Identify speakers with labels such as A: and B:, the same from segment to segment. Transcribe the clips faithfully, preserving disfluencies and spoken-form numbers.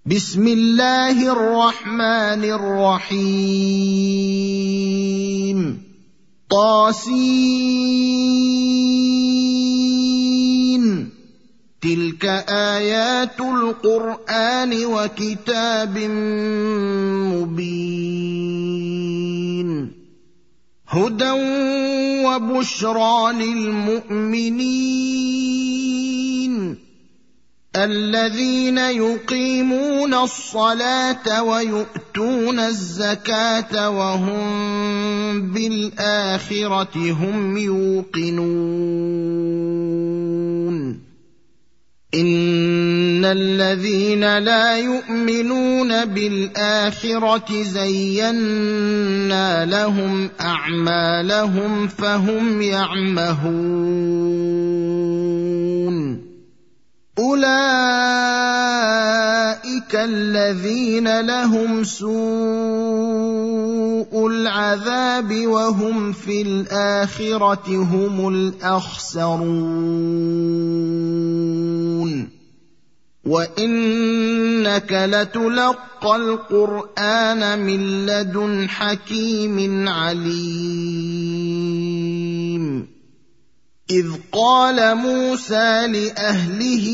A: بسم الله الرحمن الرحيم طاسين تلك آيات القرآن وكتاب مبين هدى وبشرى للمؤمنين الذين يقيمون الصلاة ويؤتون الزكاة وهم بالآخرة هم يوقنون إن الذين لا يؤمنون بالآخرة زينا لهم أعمالهم فهم يعمهون أولئك الذين لهم سوء العذاب وهم في الآخرة هم الأخسرون وإنك لتلقى القرآن من لدن حكيم عليم إذ قال موسى لأهله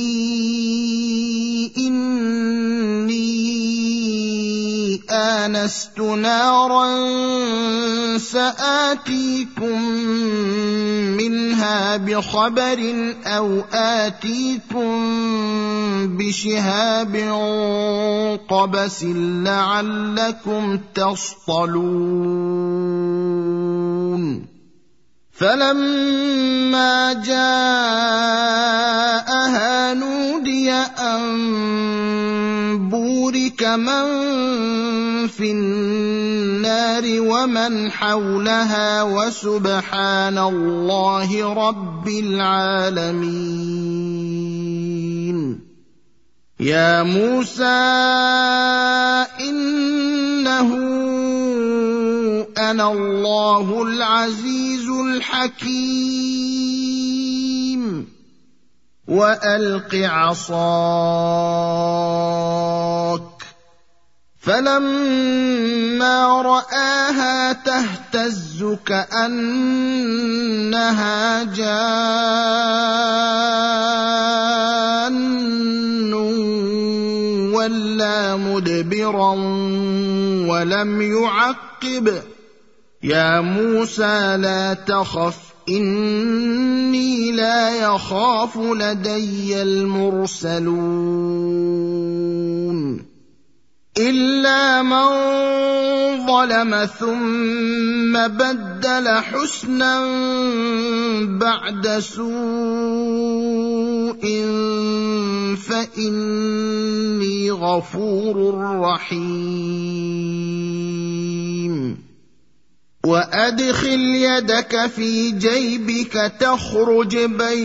A: إني آنست نارا سآتيكم منها بخبر أو آتيكم بشهاب قبس لعلكم تصطلون فلما جاءها نودي أن بورك من في النار ومن حولها وسبحان الله رب العالمين يا موسى إنه أنا الله العزيز الحكيم وألق عصاك فلما رآها تهتز كأنها جان ولا مدبرا ولم يعقب يا موسى لا تخف إني لا يخاف لدي المرسلون إلا من ظلم ثم بدل حسنا بعد سوء فإني غفور رحيم وأدخل يدك في جيبك تخرج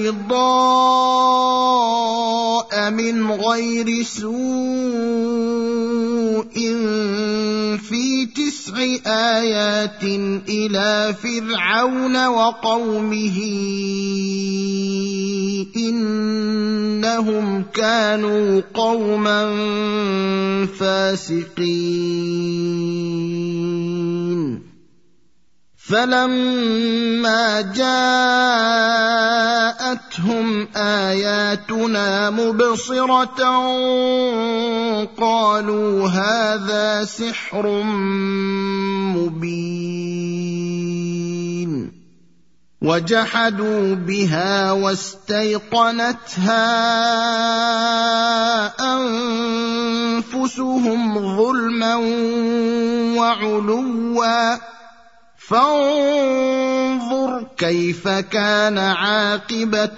A: بيضاء من غير سوء في تسع آيات إلى فرعون وقومه إنهم كانوا قوما فاسقين فلما جاءتهم آياتنا مبصرة قالوا هذا سحر مبين وجحدوا بها واستيقنتها أنفسهم ظلما وعلوا فانظر كيف كان عاقبة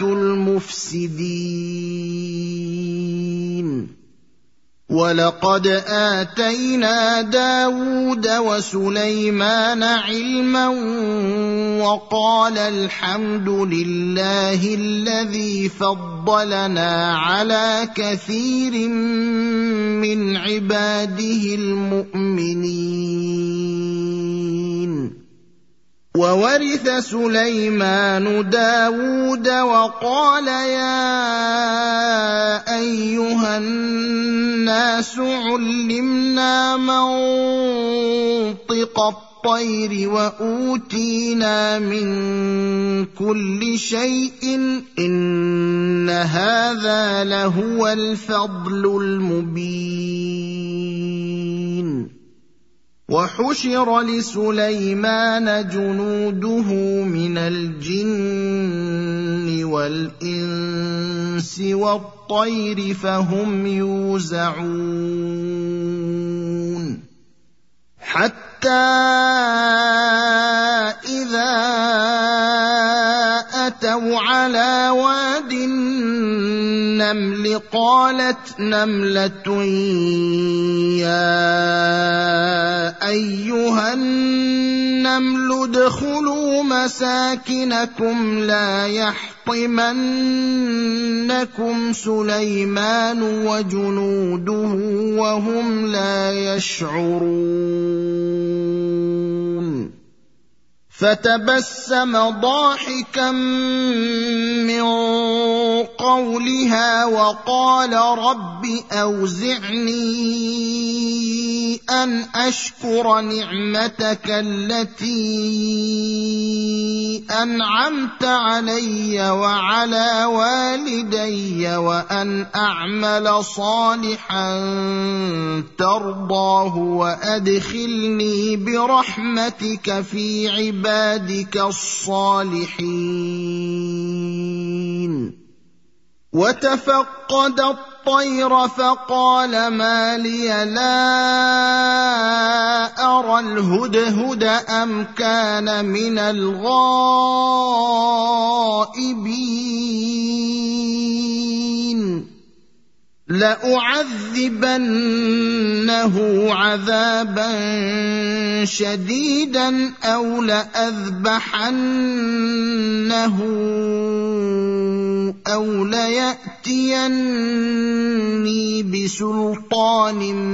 A: المفسدين ولقد آتينا داود وسليمان علما وقال الحمد لله الذي فضلنا على كثير من عباده المؤمنين وورث سليمان داود وقال يا أيها الناس علمنا منطق الطير وأوتينا من كل شيء إن هذا لهو الفضل المبين وحشر لسليمان جنوده من الجن والإنس والطير فهم يوزعون حتى إذا أتوا على واد النمل قالت نملة يا أيها النمل ادخلوا مساكنكم لا يحطمنكم سليمان وجنوده وهم لا يشعرون فتبسم ضاحكا من قولها وقال رب أوزعني أن أشكر نعمتك التي أنعمت علي وعلى والدي وأن أعمل صالحا ترضاه وأدخلني برحمتك في عبادك الصالحين وتفقد الطير فقال ما لي لا أرى الهدهد أم كان من الغائبين لأعذبنه عذابا شديدا أو لأذبحنه أو ليأتيني بسلطان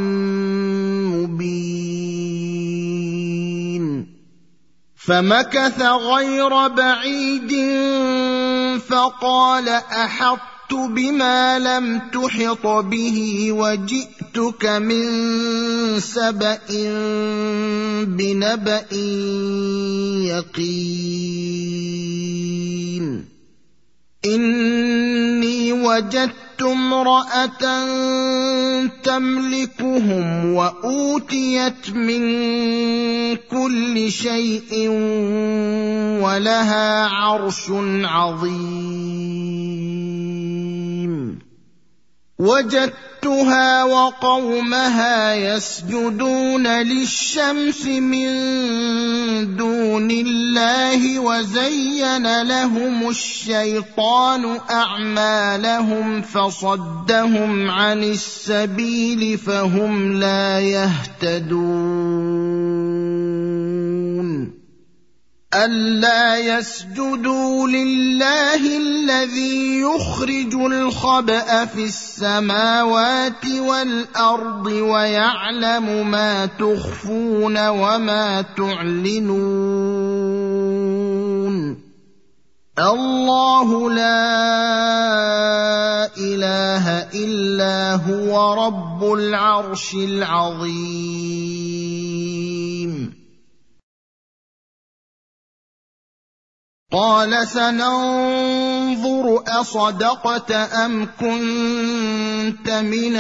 A: مبين فمكث غير بعيد فقال أحط بما لم تحط به وجئتك من سبأ بنبأ يقين إني وجدت امرأة تملكهم وأوتيت من كل شيء ولها عرش عظيم وجدتها وقومها يسجدون للشمس من دون الله وزين لهم الشيطان أعمالهم فصدهم عن السبيل فهم لا يهتدون ألا يسجدوا لله الذي يخرج الخبأ في السماوات والأرض ويعلم ما تخفون وما تعلنون الله لا إله إلا هو رب العرش العظيم قال سننظر أصدقت أم كنت من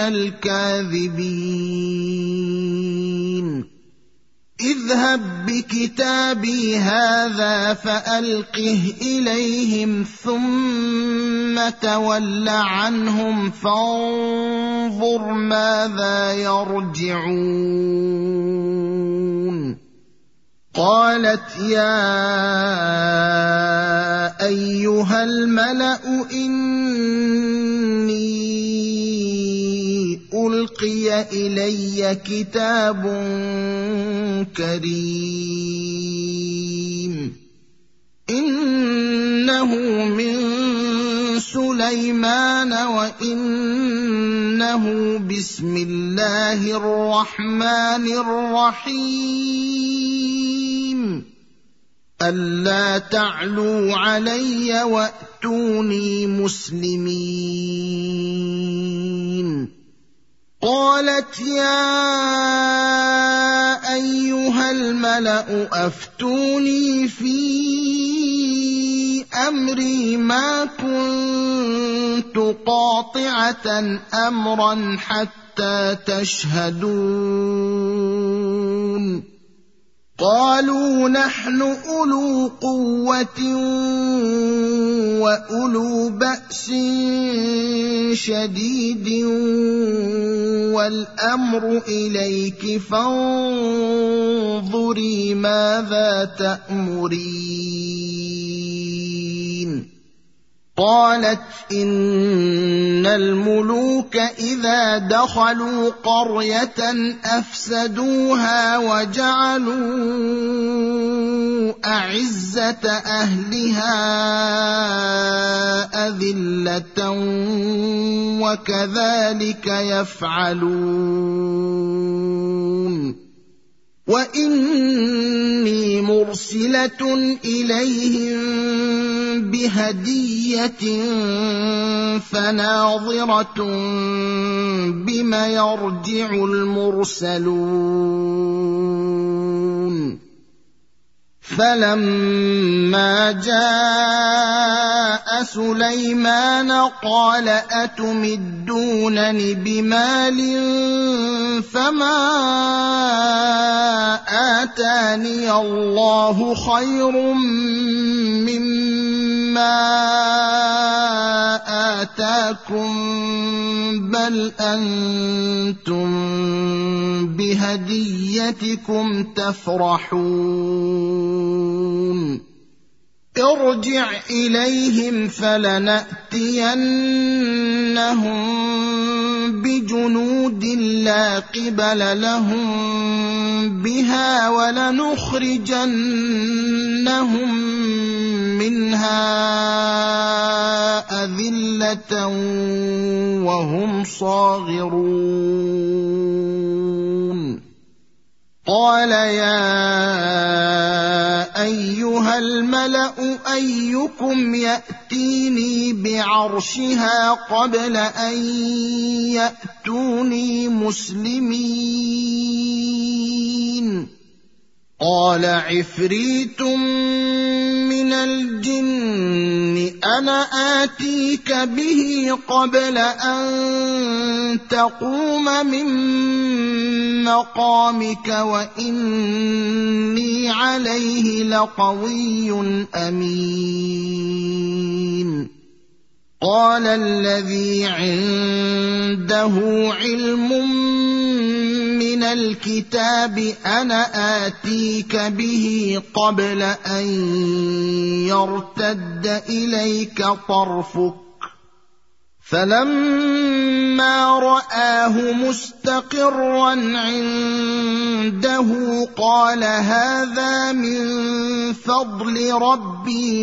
A: الكاذبين اذهب بكتابي هذا فألقه إليهم ثم تول عنهم فانظر ماذا يرجعون قالت يا أيها الملأ إني ألقي إلي كتاب كريم إنه من سليمان وإنه بسم الله الرحمن الرحيم ألا تعلوا علي وأتوني مسلمين. قالت يا أيها الملأ أفتوني في أمري ما كنت قاطعة أمرا حتى تشهدون. قالوا نحن أولو قوة وأولو بأس شديد والأمر إليك فانظري ماذا تأمرين. قالت إن الملوك إذا دخلوا قرية أفسدوها وجعلوا أعزة أهلها أذلة وكذلك يفعلون. وإني مرسلة إليهم بهدية فناظرة بم يرجع المرسلون. فلما جاء سليمان قال أتمدونني بمال فما آتاني الله خير مما آتاكم بل أنتم بهديتكم تفرحون. ارجع إليهم فلنأتينهم بجنود لا قبل لهم بها ولنخرجنهم منها أذلة وهم صاغرون. قال يا أيها الملأ أيكم يأتيني بعرشها قبل أن يأتوني مسلمين. قال عفريت من الجن أنا آتيك به قبل أن تقوم من مقامك وإني عليه لقوي أمين. قال الذي عنده علم من الكتاب أنا آتيك به قبل أن يرتد إليك طرفك. فلما رآه مستقرا عنده قال هذا من فضل ربي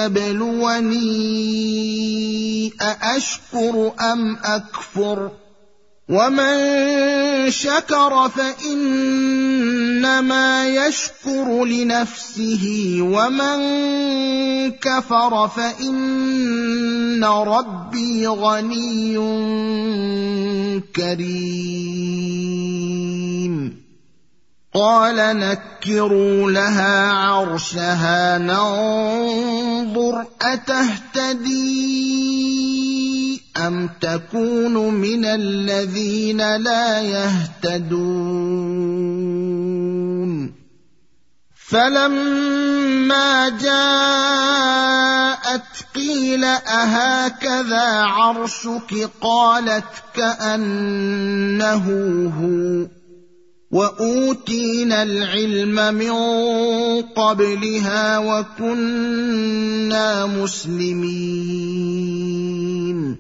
A: ليبلوني أأشكر أم أكفر ومن شكر فإنما يشكر لنفسه ومن كفر فإن ربي غني كريم. قال نكروا لها عرشها ننظر أتهتدي أم تكون من الذين لا يهتدون. فلما جاءت قيل أهكذا عرشك قالت كأنه هو وأوتينا العلم من قبلها وكنا مسلمين.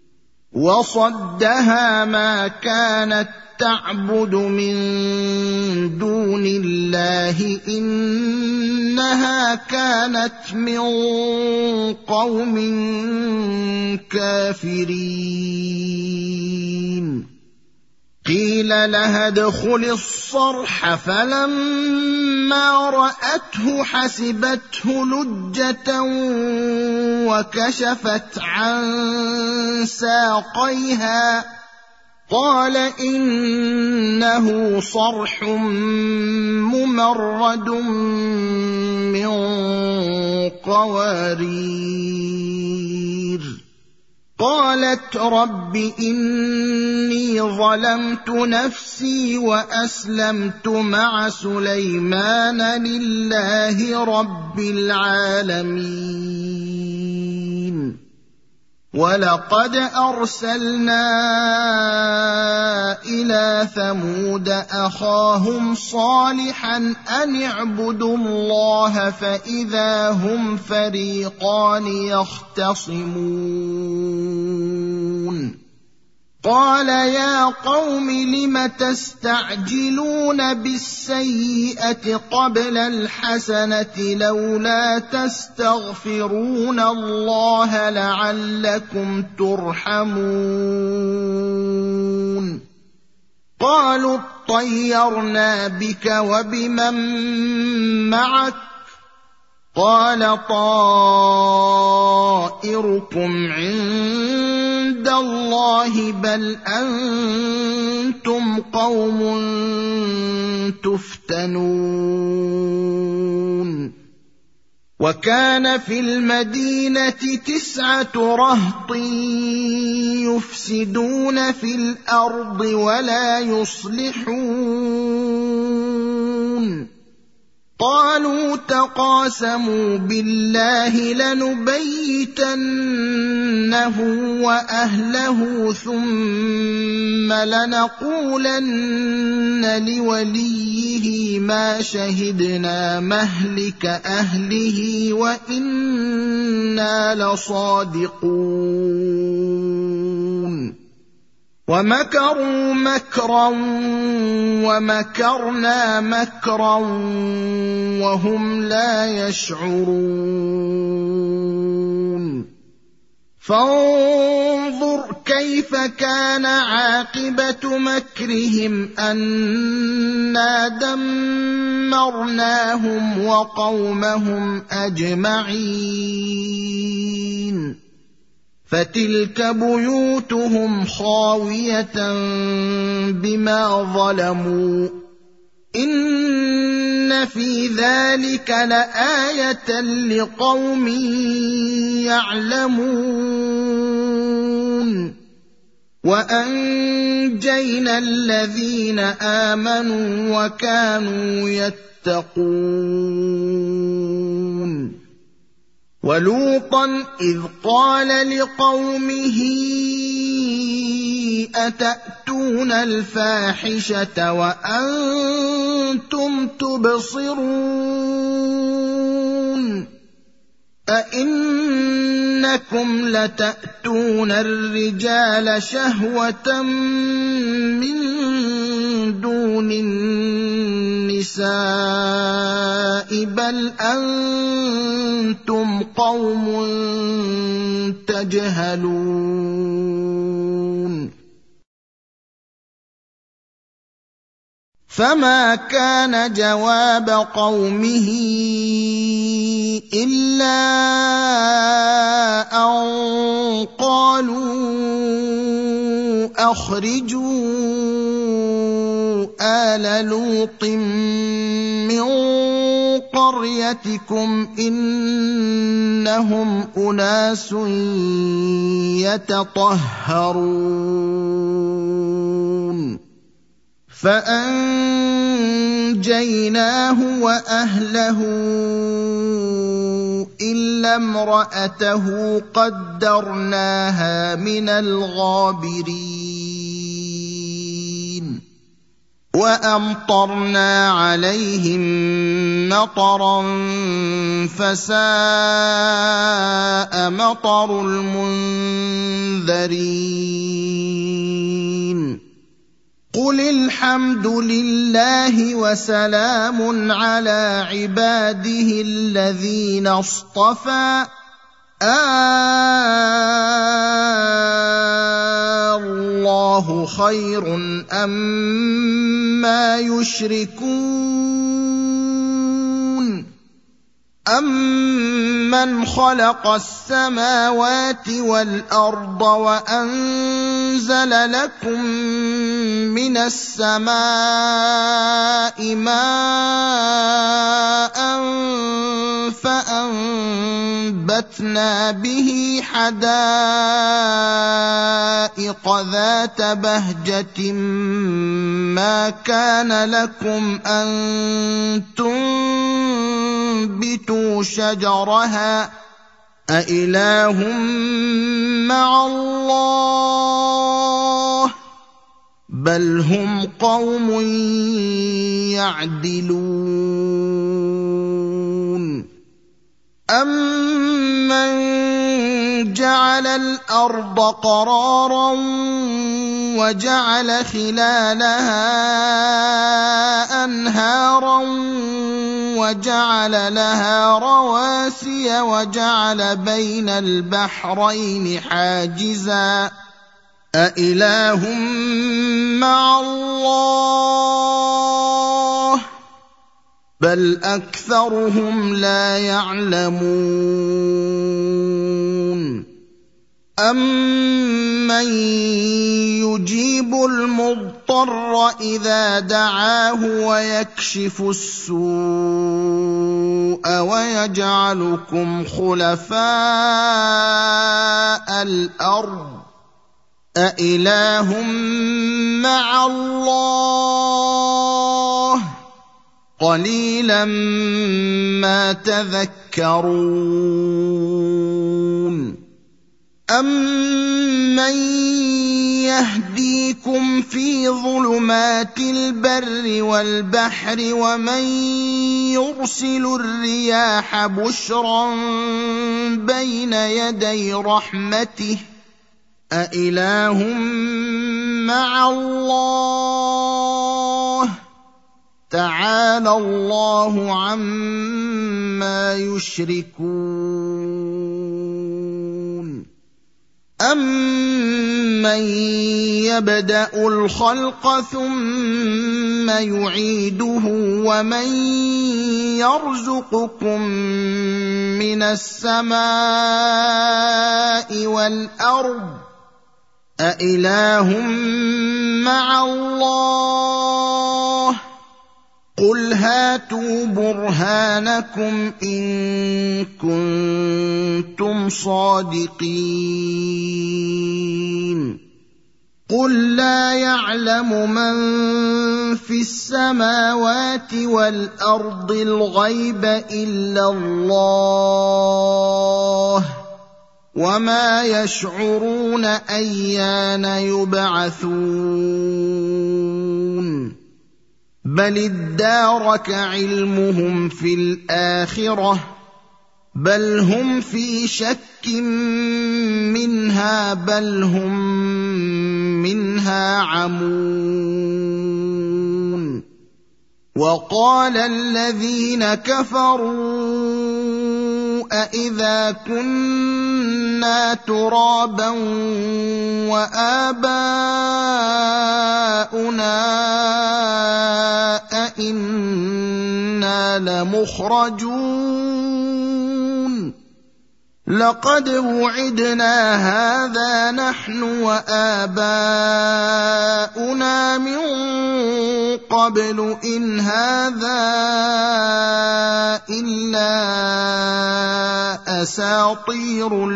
A: وصدها ما كانت تعبد من دون الله إنها كانت من قوم كافرين. قيل قيل لها ادخل الصرح فلما رأته حسبته لجة وكشفت عن ساقيها قال إنه صرح ممرد من قوارير قالت رب إني ظلمت نفسي وأسلمت مع سليمان لله رب العالمين ولقد أرسلنا إلى ثمود أخاهم صالحا أن اعبدوا الله فإذا هم فريقان يختصمون قال يا قوم لم تستعجلون بالسيئة قبل الحسنة لولا تستغفرون الله لعلكم ترحمون قالوا اطيرنا بك وبمن معك قال طائركم عند الله بل أنتم قوم تفتنون وكان في المدينة تسعة رهط يفسدون في الأرض ولا يصلحون قالوا تقاسموا بالله لنبيتنه وأهله ثم لنقولن لوليه ما شهدنا مهلك أهله وإنا لصادقون ومكروا مكرا ومكرنا مكرا وهم لا يشعرون فانظر كيف كان عاقبة مكرهم أنا دمرناهم وقومهم أجمعين فتلك بيوتهم خاوية بما ظلموا إن في ذلك لآية لقوم يعلمون وأنجينا الذين آمنوا وكانوا يتقون ولوطا إذ قال لقومه أتأتون الفاحشة وأنتم تبصرون أئنكم لتأتون الرجال شهوة من دون النساء بل أنتم قوم تجهلون فما كان جواب قومه إلا أن قالوا أخرجوا آل لوط من قريتكم إنهم أناس يتطهرون فأنجيناه وأهله إلا امرأته قدرناها من الغابرين وأمطرنا عليهم مطرا فساء مطر المنذرين قل الحمد لله وسلام على عباده الذين اصطفى الله خير أما يشركون أمن خلق السماوات والأرض وأنزل لكم من السماء ماء فأنبتنا به حدائق ذات بهجة ما كان لكم أن تنبتوا شجرها أإله مع الله بل هم قوم يعدلون أمن جعل الأرض قرارا وجعل خلالها أنهارا وجعل لها رواسي وجعل بين البحرين حاجزا أإله مع الله بل أكثرهم لا يعلمون أمن يجيب المضطر إذا دعاه ويكشف السوء ويجعلكم خلفاء الأرض أإله مع الله قليلا ما تذكرون أمن يهديكم في ظلمات البر والبحر ومن يرسل الرياح بشرا بين يدي رحمته أإله مع الله تعالى الله عما يشركون أمن يبدأ الخلق ثم يعيده ومن يرزقكم من السماء والأرض أإله مع الله قل هاتوا برهانكم إن كنتم صادقين قل لا يعلم من في السماوات والأرض الغيب إلا الله وما يشعرون أيان يبعثون بل ادارك علمهم في الآخرة بل هم في شك منها بل هم منها عمون وقال الذين كفروا أإذا كنا ترابا وآباؤنا أئنا لمخرجون لقد وعدنا هذا نحن وآباؤنا من قبل إن هذا إلا أساطير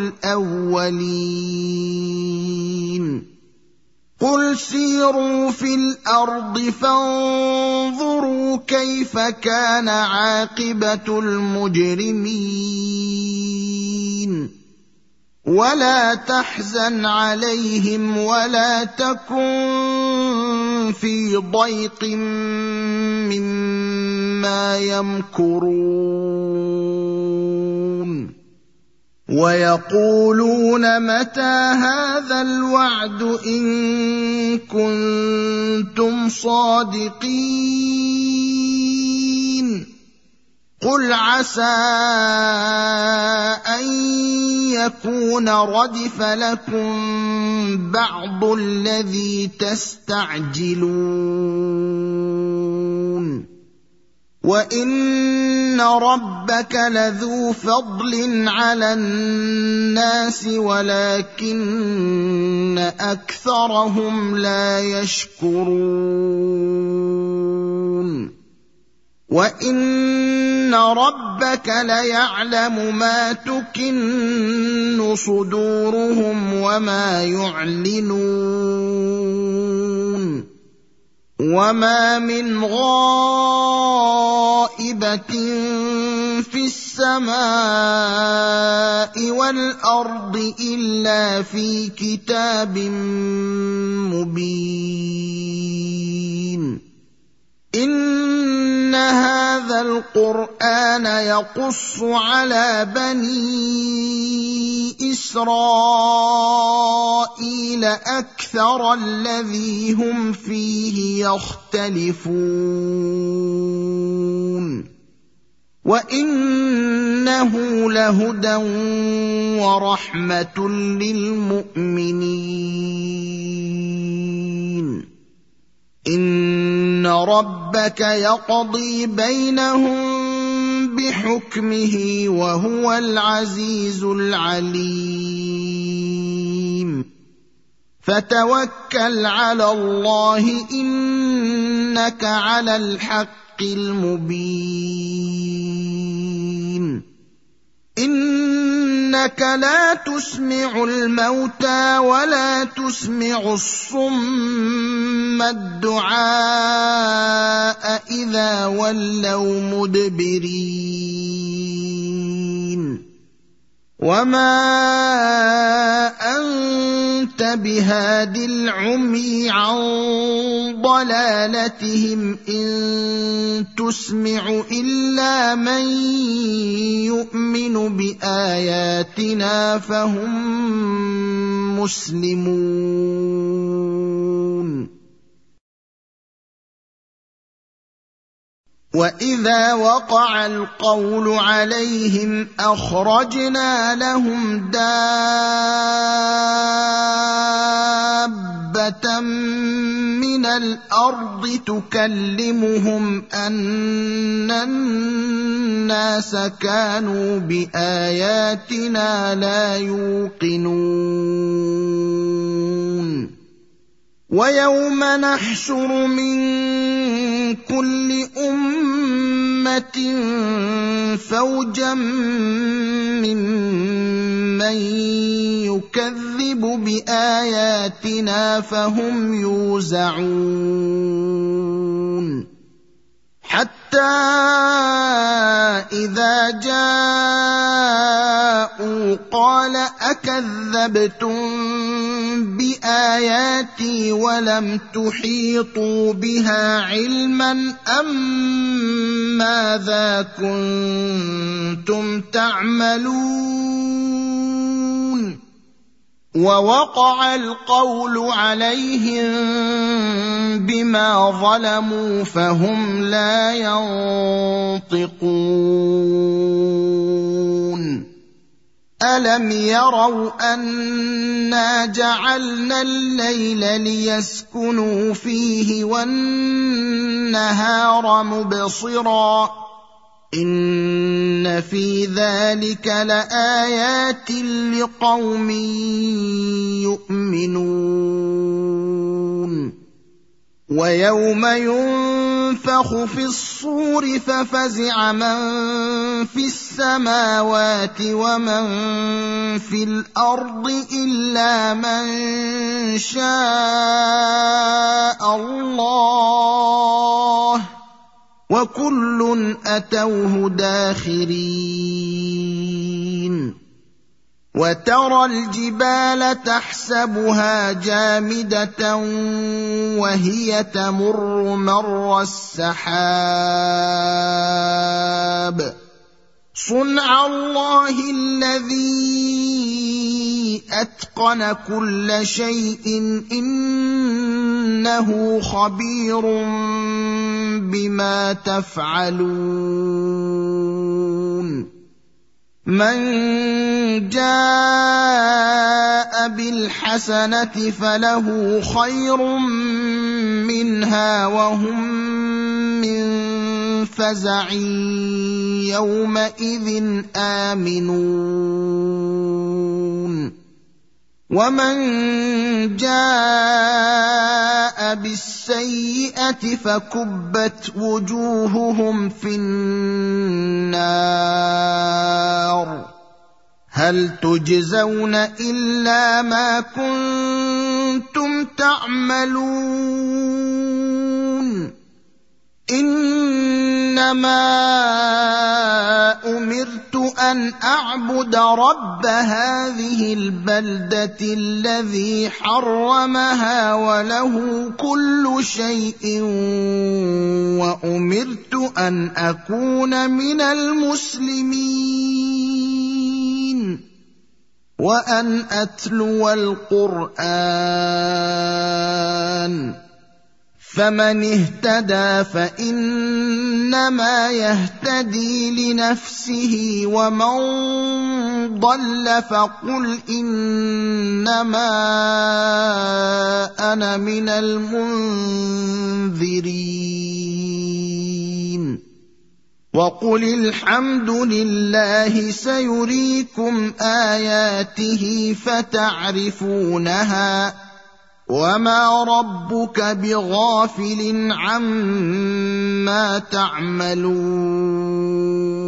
A: الأولين قل سيروا في الأرض فانظروا كيف كان عاقبة المجرمين ولا تحزن عليهم ولا تكن في ضيق مما يمكرون ويقولون متى هذا الوعد إن كنتم صادقين قل عسى أن يكون ردف لكم بعض الذي تستعجلون وان ربك لذو فضل على الناس ولكن اكثرهم لا يشكرون وان ربك ليعلم ما تكن صدورهم وما يعلنون وما من غائبة في السماء والأرض إلا في كتاب مبين إن هذا القرآن يقص على بني إسرائيل أكثر الذي هم فيه يختلفون وإنه لهدى ورحمة للمؤمنين إن ربك يقضي بينهم بحكمه وهو العزيز العليم فتوكل على الله إنك على الحق المبين إنك لا تسمع الموتى ولا تسمع الصم الدعاء إذا ولوا مدبرين وما أنت بهاد العمي عن ضلالتهم إن تسمع إلا من يؤمن بآياتنا فهم مسلمون وإذا وقع القول عليهم أخرجنا لهم دابة من الأرض تكلمهم أن الناس كانوا بآياتنا لا يوقنون ويوم نحشر من كل أمة فوجا ممن يكذب بآياتنا فهم يوزعون حتى إذا جاءوا قال أكذبتم بآياتي ولم تحيطوا بها علما أم ماذا كنتم تعملون ووقع القول عليهم بما ظلموا فهم لا ينطقون ألم يروا أنا جعلنا الليل ليسكنوا فيه والنهار مبصرا إن في ذلك لآيات لقوم يؤمنون ويوم ينفخ في الصور ففزع من في السماوات ومن في الأرض إلا من شاء الله وكل أتوه داخرين وترى الجبال تحسبها جامدة وهي تمر مر السحاب صنع الله الذي أتقن كل شيء إنه خبير بما تفعلون من جاء بالحسنة فله خير منها وهم من فزع يومئذ آمنون ومن جاء بالسيئة فكبت وجوههم في النار هل تجزون إلا ما كنتم تعملون إنما أمرت أن أعبد رب هذه البلدة الذي حرمها وله كل شيء وأمرت أن أكون من المسلمين وأن أتلو القرآن فمن اهتدى فإنما يهتدي لنفسه ومن ضل فقل إنما أنا من المنذرين وقل الحمد لله سيريكم آياته فتعرفونها وما ربك بغافل عما تعملون